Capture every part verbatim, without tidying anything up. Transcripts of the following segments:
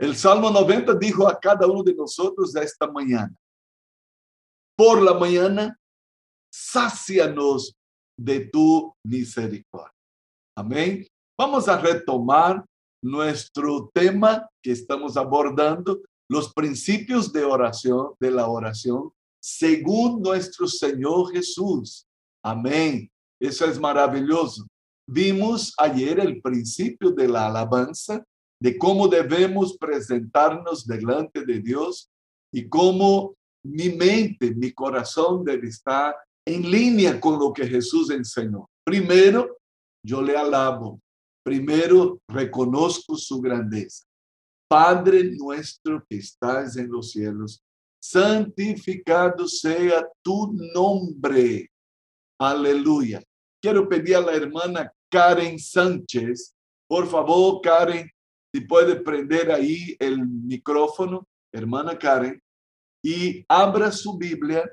El Salmo noventa dijo a cada uno de nosotros esta mañana: por la mañana, sácianos de tu misericordia. Amén. Vamos a retomar nuestro tema que estamos abordando, los principios de oración, de la oración, según nuestro Señor Jesús. Amén. Eso es maravilloso. Vimos ayer el principio de la alabanza, de cómo debemos presentarnos delante de Dios y cómo mi mente, mi corazón debe estar en línea con lo que Jesús enseñó. Primero, yo le alabo. Primero, reconozco su grandeza. Padre nuestro que estás en los cielos, santificado sea tu nombre. Aleluya. Quiero pedir a la hermana Karen Sánchez, por favor, Karen, si puede prender ahí el micrófono, hermana Karen, y abra su Biblia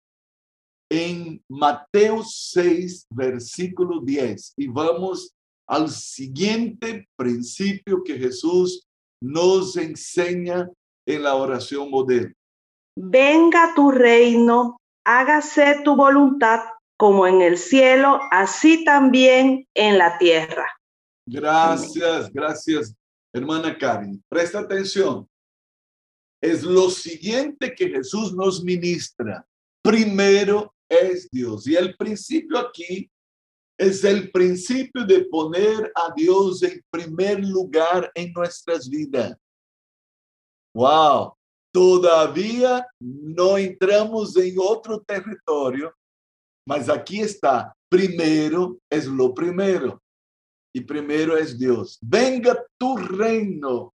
en Mateo seis, versículo diez, y vamos al siguiente principio que Jesús nos enseña en la oración moderna. Venga tu reino, hágase tu voluntad como en el cielo, así también en la tierra. Gracias, Amén. Gracias, hermana Karen. Presta atención. Es lo siguiente que Jesús nos ministra. Primero es Dios. Y el principio aquí es el principio de poner a Dios en primer lugar en nuestras vidas. Wow. Todavía no entramos en otro territorio, mas aquí está. Primero es lo primero. Y primero es Dios. Venga tu reino.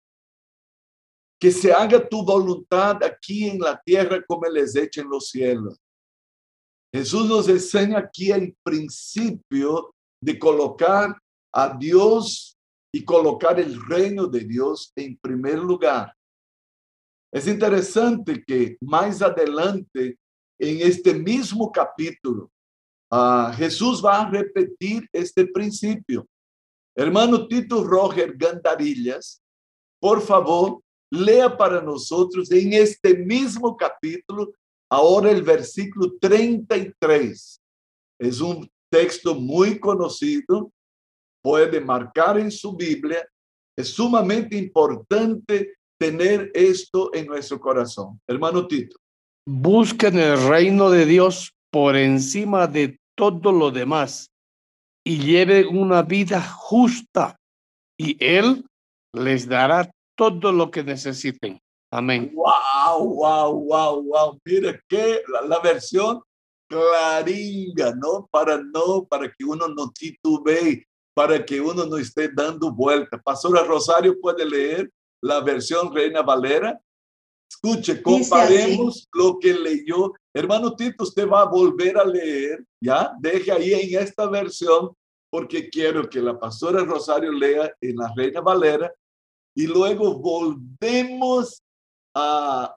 Que se haga tu voluntad aquí en la tierra como Él es hecho en los cielos. Jesús nos enseña aquí el principio de colocar a Dios y colocar el reino de Dios en primer lugar. Es interesante que más adelante, en este mismo capítulo, uh, Jesús va a repetir este principio. Hermano Tito Roger Gandarillas, por favor, lea para nosotros en este mismo capítulo, ahora el versículo treinta y tres. Es un texto muy conocido, puede marcar en su Biblia. Es sumamente importante tener esto en nuestro corazón. Hermano Tito. Busquen el reino de Dios por encima de todo lo demás y lleven una vida justa y Él les dará todo lo que necesiten. Amén. Wow, wow, wow, wow. Mira que la, la versión claringa, ¿no? Para no, para que uno no titubee, para que uno no esté dando vuelta. Pastora Rosario puede leer la versión Reina Valera. Escuche, comparemos lo que leyó. Hermano Tito, usted va a volver a leer, ¿ya? Deje ahí en esta versión, porque quiero que la pastora Rosario lea en la Reina Valera y luego volvemos a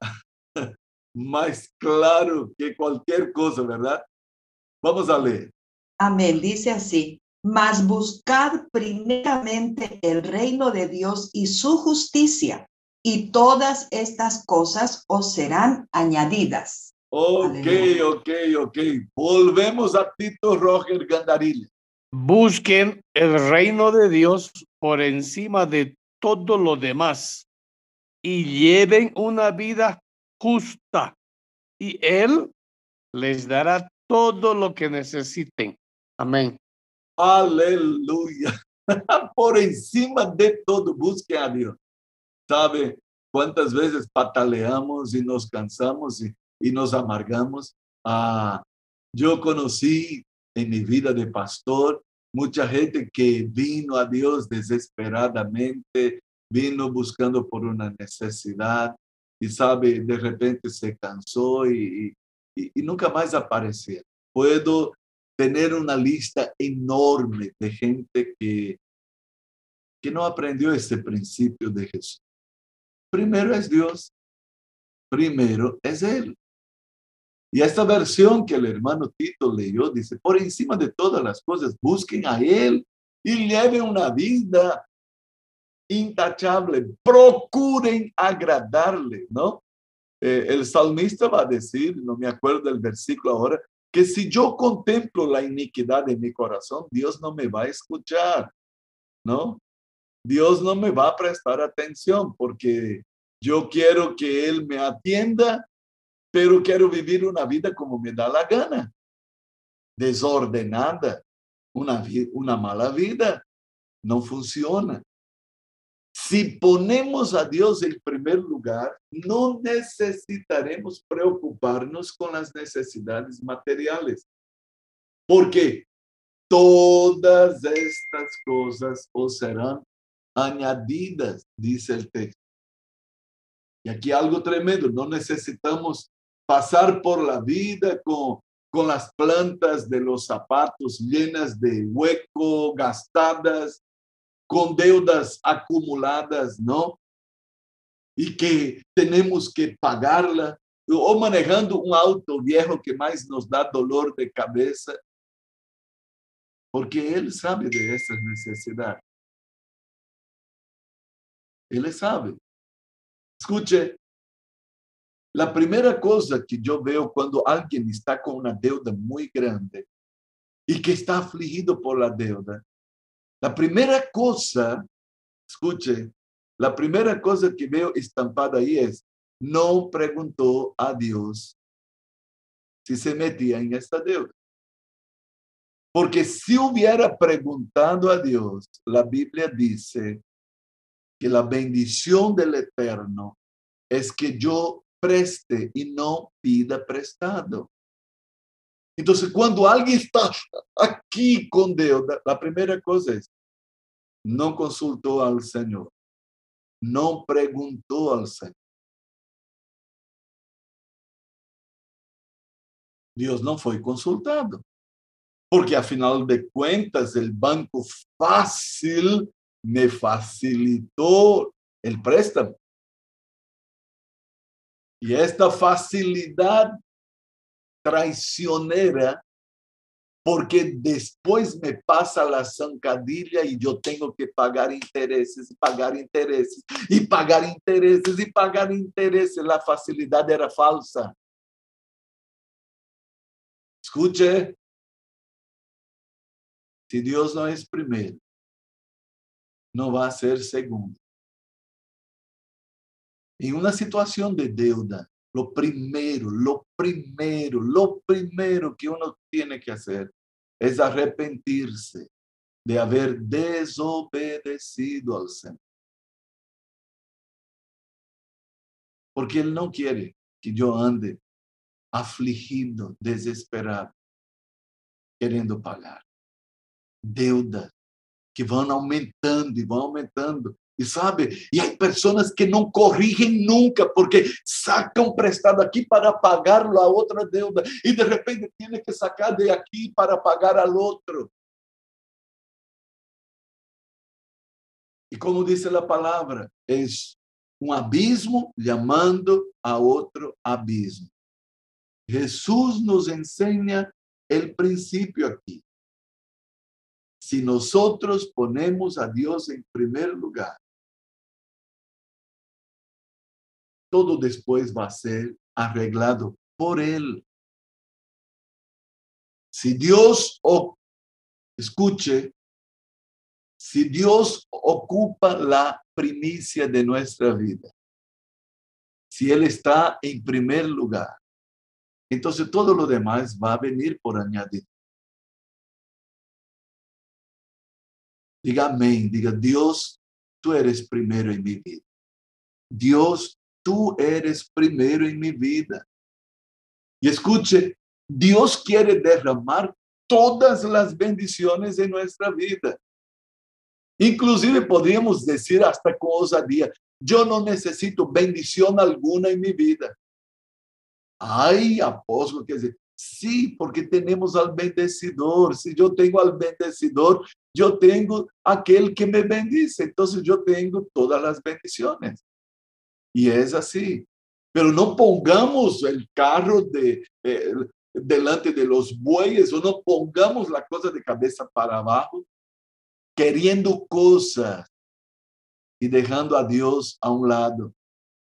más claro que cualquier cosa, ¿verdad? Vamos a leer. Amén, dice así: mas buscad primeramente el reino de Dios y su justicia, y todas estas cosas os serán añadidas. Ok, Aleluya. ok, ok. Volvemos a Tito Roger Gandarillas. Busquen el reino de Dios por encima de todo lo demás y lleven una vida justa y Él les dará todo lo que necesiten. Amén. Aleluya. Por encima de todo, busquen a Dios. ¿Sabe cuántas veces pataleamos y nos cansamos y, y nos amargamos? Ah, yo conocí en mi vida de pastor mucha gente que vino a Dios desesperadamente, vino buscando por una necesidad y, sabe, de repente se cansó y, y, y nunca más aparecía. Puedo tener una lista enorme de gente que, que no aprendió este principio de Jesús. Primero es Dios, primero es Él. Y esta versión que el hermano Tito leyó dice: por encima de todas las cosas, busquen a Él y lleven una vida intachable. Procuren agradarle, ¿no? Eh, el salmista va a decir, no me acuerdo del versículo ahora, que si yo contemplo la iniquidad de mi corazón, Dios no me va a escuchar, ¿no? Dios no me va a prestar atención porque yo quiero que Él me atienda, pero quiero vivir una vida como me da la gana, desordenada, una, una mala vida. No funciona. Si ponemos a Dios en primer lugar, no necesitaremos preocuparnos con las necesidades materiales, porque todas estas cosas os serán añadidas, dice el texto. Y aquí algo tremendo, no necesitamos pasar por la vida con, con las plantas de los zapatos llenas de hueco, gastadas, con deudas acumuladas, ¿no? Y que tenemos que pagarla, o manejando un auto viejo que más nos da dolor de cabeza, porque Él sabe de esas necesidades. Él sabe. Escuche, la primera cosa que yo veo cuando alguien está con una deuda muy grande y que está afligido por la deuda, la primera cosa, escuche, la primera cosa que veo estampada ahí es, no preguntó a Dios si se metía en esta deuda. Porque si hubiera preguntado a Dios, la Biblia dice que la bendición del Eterno es que yo preste y no pida prestado. Entonces, cuando alguien está aquí con deuda, la primera cosa es, no consultó al Señor, no preguntó al Señor. Dios no fue consultado, porque a final de cuentas el banco fácil me facilitó el préstamo. Y esta facilidad traicionera, porque después me pasa la zancadilla y yo tengo que pagar intereses, y pagar intereses, y pagar intereses, y pagar intereses. La facilidad era falsa. Escuche, si Dios no es primero, no va a ser segundo. En una situación de deuda, lo primero, lo primero, lo primero que uno tiene que hacer es arrepentirse de haber desobedecido al Señor. Porque Él no quiere que yo ande afligido, desesperado, querendo pagar. Deudas que van aumentando e vão aumentando. E sabe, e há pessoas que não corrigem nunca, porque sacam prestado aqui para pagar a outra deuda, e de repente tem que sacar de aqui para pagar al outro. E como diz a palavra, é um abismo chamando a outro abismo. Jesus nos ensina o princípio aqui. Si nosotros ponemos a Dios en primer lugar, todo después va a ser arreglado por Él. Si Dios, o, escuche, si Dios ocupa la primicia de nuestra vida, si Él está en primer lugar, entonces todo lo demás va a venir por añadir. Diga amén, diga Dios, tú eres primero en mi vida. Dios, tú eres primero en mi vida. Y escuche, Dios quiere derramar todas las bendiciones en nuestra vida. Inclusive podríamos decir hasta con osadía, yo no necesito bendición alguna en mi vida. Ay, apóstol, quer dizer, sí, porque tenemos al bendecidor. Si yo tengo al bendecidor, yo tengo aquel que me bendice. Entonces yo tengo todas las bendiciones. Y es así. Pero no pongamos el carro de, eh, delante de los bueyes, o no pongamos la cosa de cabeza para abajo, queriendo cosas y dejando a Dios a un lado.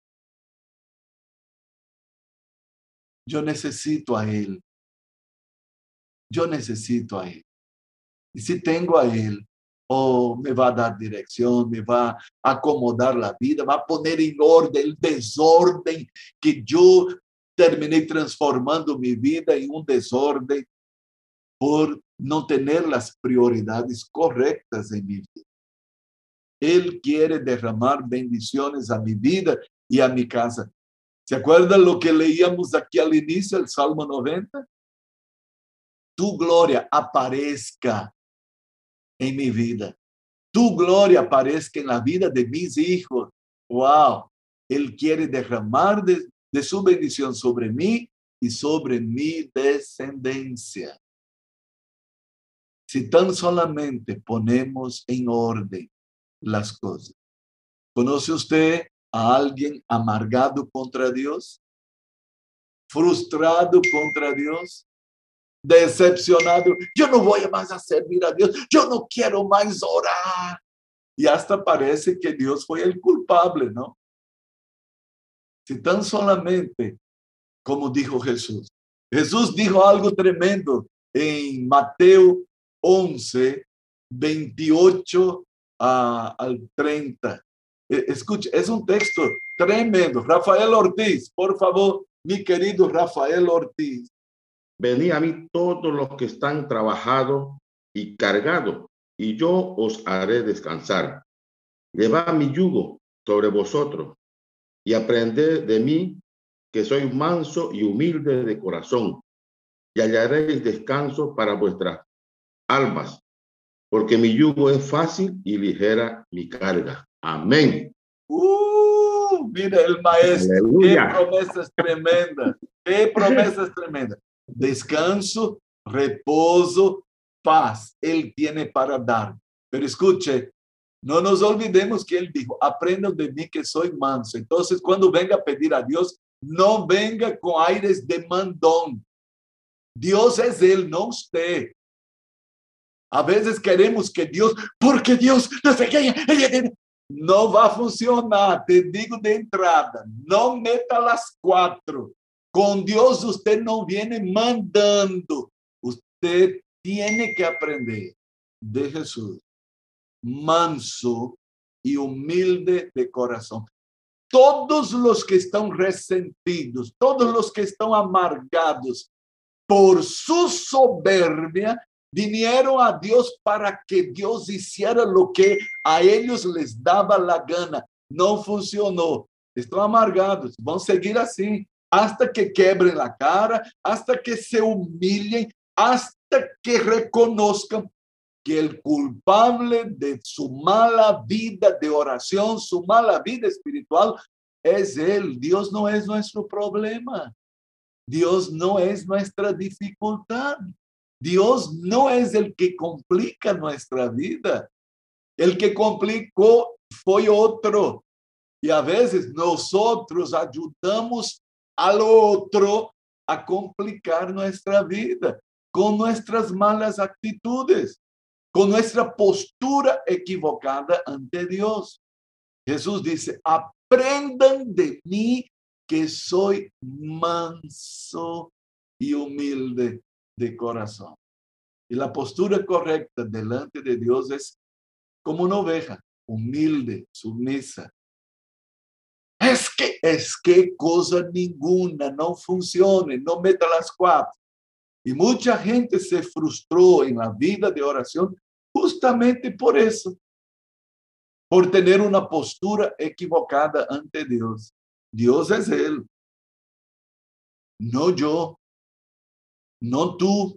Yo necesito a Él. Yo necesito a Él. Y si tengo a Él, oh, me va a dar dirección, me va a acomodar la vida, va a poner en orden el desorden que yo terminé transformando mi vida en un desorden por no tener las prioridades correctas en mi vida. Él quiere derramar bendiciones a mi vida y a mi casa. ¿Se acuerdan lo que leíamos aquí al inicio, el Salmo noventa? Tu gloria aparezca en mi vida. Tu gloria aparezca en la vida de mis hijos. Wow. Él quiere derramar de, de su bendición sobre mí y sobre mi descendencia. Si tan solamente ponemos en orden las cosas. ¿Conoce usted a alguien amargado contra Dios? ¿Frustrado contra Dios? Decepcionado. Yo no voy más a servir a Dios. Yo no quiero más orar. Y hasta parece que Dios fue el culpable, ¿no? Si tan solamente, como dijo Jesús. Jesús dijo algo tremendo en Mateo once, veintiocho a, al treinta. Escuche, es un texto tremendo. Rafael Ortiz, por favor, mi querido Rafael Ortiz. Venid a mí todos los que están trabajados y cargados, y yo os haré descansar. Llevad mi yugo sobre vosotros y aprended de mí, que soy manso y humilde de corazón, y hallaréis descanso para vuestras almas, porque mi yugo es fácil y ligera mi carga. Amén. Uh, mira el maestro. Aleluya. Qué promesas tremendas. Qué promesas tremendas. Descanso, reposo, paz. Él tiene para dar. Pero escuche, no nos olvidemos que Él dijo, aprendan de mí que soy manso. Entonces, cuando venga a pedir a Dios, no venga con aires de mandón. Dios es Él, no usted. A veces queremos que Dios, porque Dios, no sé qué, no va a funcionar. Te digo de entrada, no meta las cuatro. Con Dios usted no viene mandando. Usted tiene que aprender de Jesús. Manso y humilde de corazón. Todos los que están resentidos, todos los que están amargados por su soberbia, vinieron a Dios para que Dios hiciera lo que a ellos les daba la gana. No funcionó. Están amargados. Van a seguir así hasta que quebren la cara, hasta que se humillen, hasta que reconozcan que el culpable de su mala vida de oración, su mala vida espiritual, es Él. Dios no es nuestro problema. Dios no es nuestra dificultad. Dios no es el que complica nuestra vida. El que complicó fue otro. Y a veces nosotros ayudamos al otro a complicar nuestra vida con nuestras malas actitudes, con nuestra postura equivocada ante Dios. Jesús dice, aprendan de mí que soy manso y humilde de corazón. Y la postura correcta delante de Dios es como una oveja, humilde, sumisa. Es que, es que cosa ninguna, no funcione, no meta las cuatro. Y mucha gente se frustró en la vida de oración justamente por eso, por tener una postura equivocada ante Dios. Dios es Él, no yo, no tú.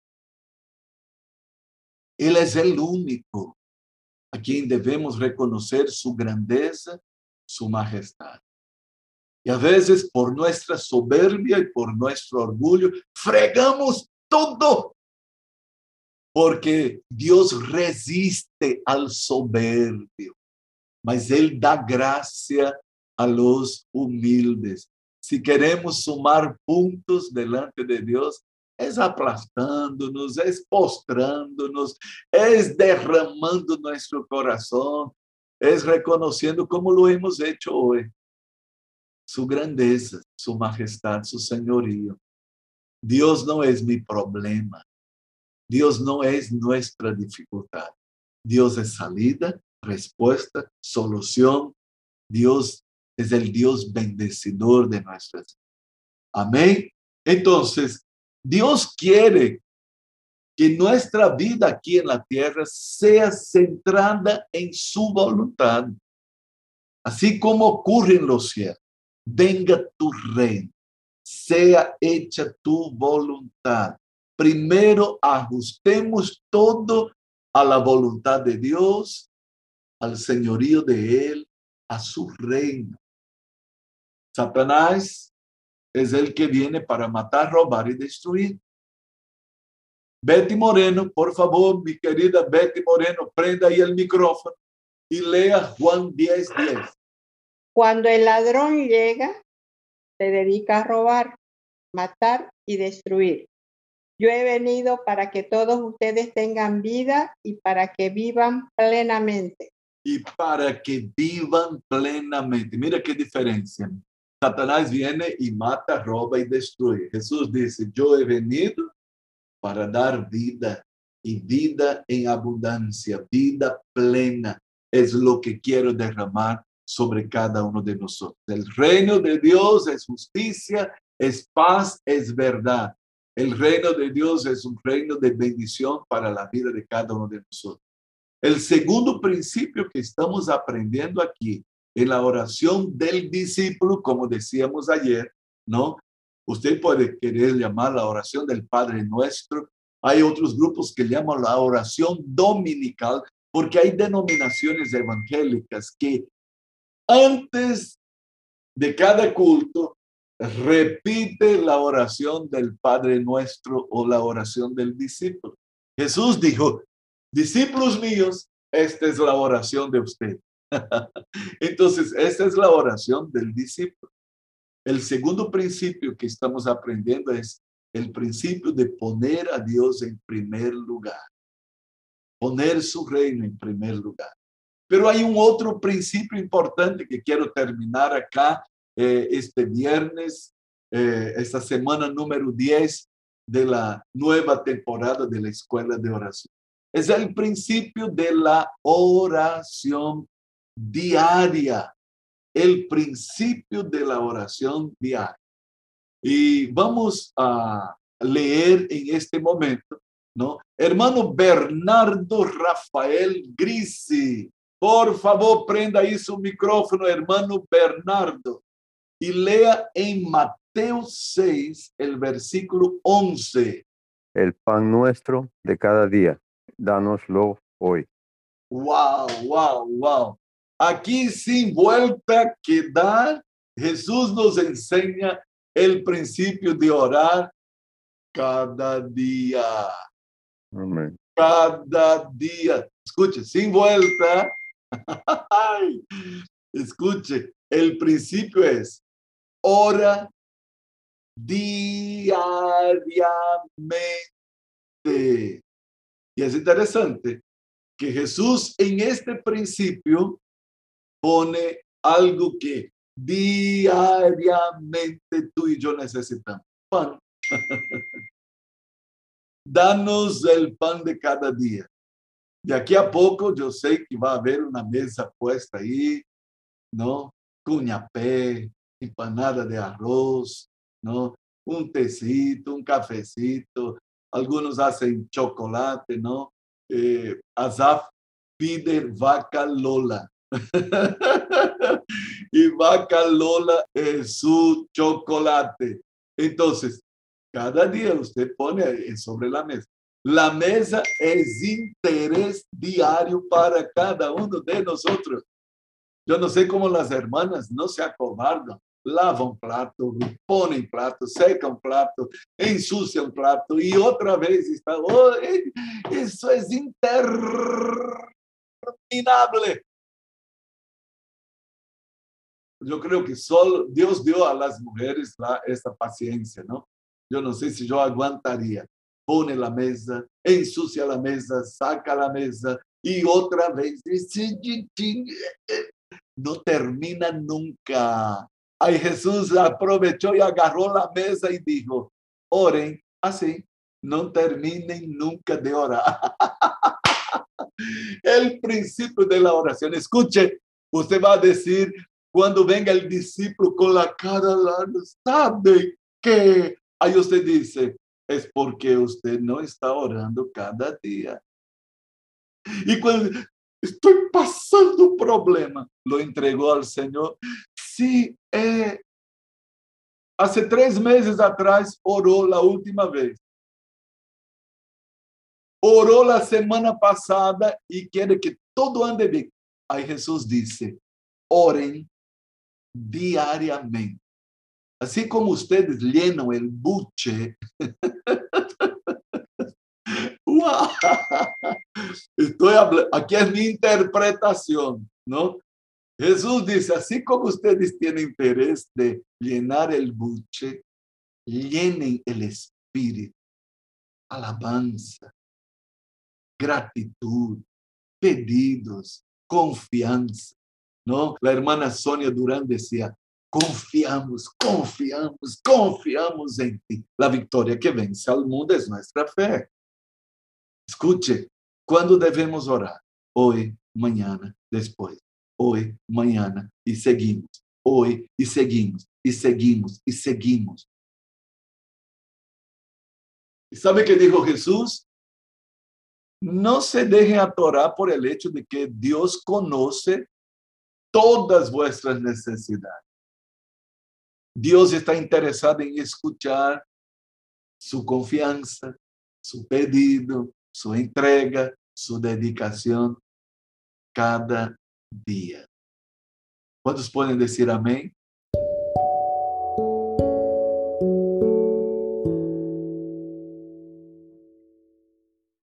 Él es el único a quien debemos reconocer su grandeza, su majestad. Y a veces por nuestra soberbia y por nuestro orgullo, fregamos todo. Porque Dios resiste al soberbio, mas Él da gracia a los humildes. Si queremos sumar puntos delante de Dios, es aplastándonos, es postrándonos, es derramando nuestro corazón. es reconociendo como lo hemos hecho hoy, su grandeza, su majestad, su señorío. Dios no es mi problema. Dios no es nuestra dificultad. Dios es salida, respuesta, solución. Dios es el Dios bendecidor de nuestras vidas. Amén. Entonces, Dios quiere que nuestra vida aquí en la tierra sea centrada en su voluntad. Así como ocurre en los cielos. Venga tu reino, sea hecha tu voluntad. Primero ajustemos todo a la voluntad de Dios, al señorío de Él, a su reino. Satanás es el que viene para matar, robar y destruir. Betty Moreno, por favor, mi querida Betty Moreno, prenda ahí el micrófono y lea Juan diez, diez. Cuando el ladrón llega, se dedica a robar, matar y destruir. Yo he venido para que todos ustedes tengan vida y para que vivan plenamente. Y para que vivan plenamente. Mira qué diferencia. Satanás viene y mata, roba y destruye. Jesús dice, yo he venido para dar vida y vida en abundancia, vida plena. Es lo que quiero derramar sobre cada uno de nosotros. El reino de Dios es justicia, es paz, es verdad. El reino de Dios es un reino de bendición para la vida de cada uno de nosotros. El segundo principio que estamos aprendiendo aquí en la oración del discípulo, como decíamos ayer, ¿no? Usted puede querer llamar la oración del Padre Nuestro. Hay otros grupos que llaman la oración dominical, porque hay denominaciones evangélicas que antes de cada culto repite la oración del Padre Nuestro o la oración del discípulo. Jesús dijo, discípulos míos, esta es la oración de usted. Entonces, esta es la oración del discípulo. El segundo principio que estamos aprendiendo es el principio de poner a Dios en primer lugar. Poner su reino en primer lugar. Pero hay un otro principio importante que quiero terminar acá eh, este viernes, eh, esta semana número diez de la nueva temporada de la Escuela de Oración. Es el principio de la oración diaria. El principio de la oración diaria. Y vamos a leer en este momento, ¿no? Hermano Bernardo Rafael Grisi, por favor, prenda ahí su micrófono, hermano Bernardo, y lea en Mateo seis, el versículo once. El pan nuestro de cada día, dánoslo hoy. Wow, wow, wow. Aquí sin vuelta que dar, Jesús nos enseña el principio de orar cada día. Amén. Cada día. Escuche, sin vuelta. Escuche, el principio es ora diariamente. Y es interesante que Jesús en este principio pone algo que diariamente tú y yo necesitamos. Pan. Danos el pan de cada día. De aquí a poco yo sé que va a haber una mesa puesta ahí, ¿no? Cuñapé, empanada de arroz, ¿no? Un tecito, un cafecito. Algunos hacen chocolate, ¿no? Eh, Asaf pide vaca Lola. Y vaca Lola es su chocolate. Entonces, cada día usted pone sobre la mesa. La mesa es interés diario para cada uno de nosotros. Yo no sé cómo las hermanas no se acobardan. Lavan plato, ponen plato, secan plato, ensucian plato y otra vez está. Oh, eso es interminable. Yo creo que solo Dios dio a las mujeres la, esta paciencia, ¿no? Yo no sé si yo aguantaría. Pone la mesa, ensucia la mesa, saca la mesa y otra vez. No termina nunca. Ahí Jesús aprovechó y agarró la mesa y dijo, oren así, no terminen nunca de orar. El principio de la oración. Escuche, usted va a decir, cuando venga el discípulo con la cara larga, ¿sabe qué? Ahí usted dice, es porque usted no está orando cada día. Y cuando estoy pasando un problema, lo entregó al Señor. Sí, eh, hace tres meses atrás oró la última vez. Oró la semana pasada y quiere que todo ande bien. Ahí Jesús dice, oren diariamente. Así como ustedes llenan el buche. ¡Wow! Estoy hablando, aquí es mi interpretación, ¿no? Jesús dice, así como ustedes tienen interés de llenar el buche, llenen el espíritu, alabanza, gratitud, pedidos, confianza, ¿no? La hermana Sonia Durán decía, confiamos, confiamos, confiamos en ti. La victoria que vence al mundo es nuestra fe. Escuche, ¿cuándo debemos orar? Hoy, mañana, después. Hoy, mañana, y seguimos. Hoy, y seguimos, y seguimos, y seguimos. ¿Y sabe qué dijo Jesús? No se dejen atorar por el hecho de que Dios conoce todas vuestras necesidades. Dios está interesado en escuchar su confianza, su pedido, su entrega, su dedicación cada día. ¿Cuántos pueden decir amén?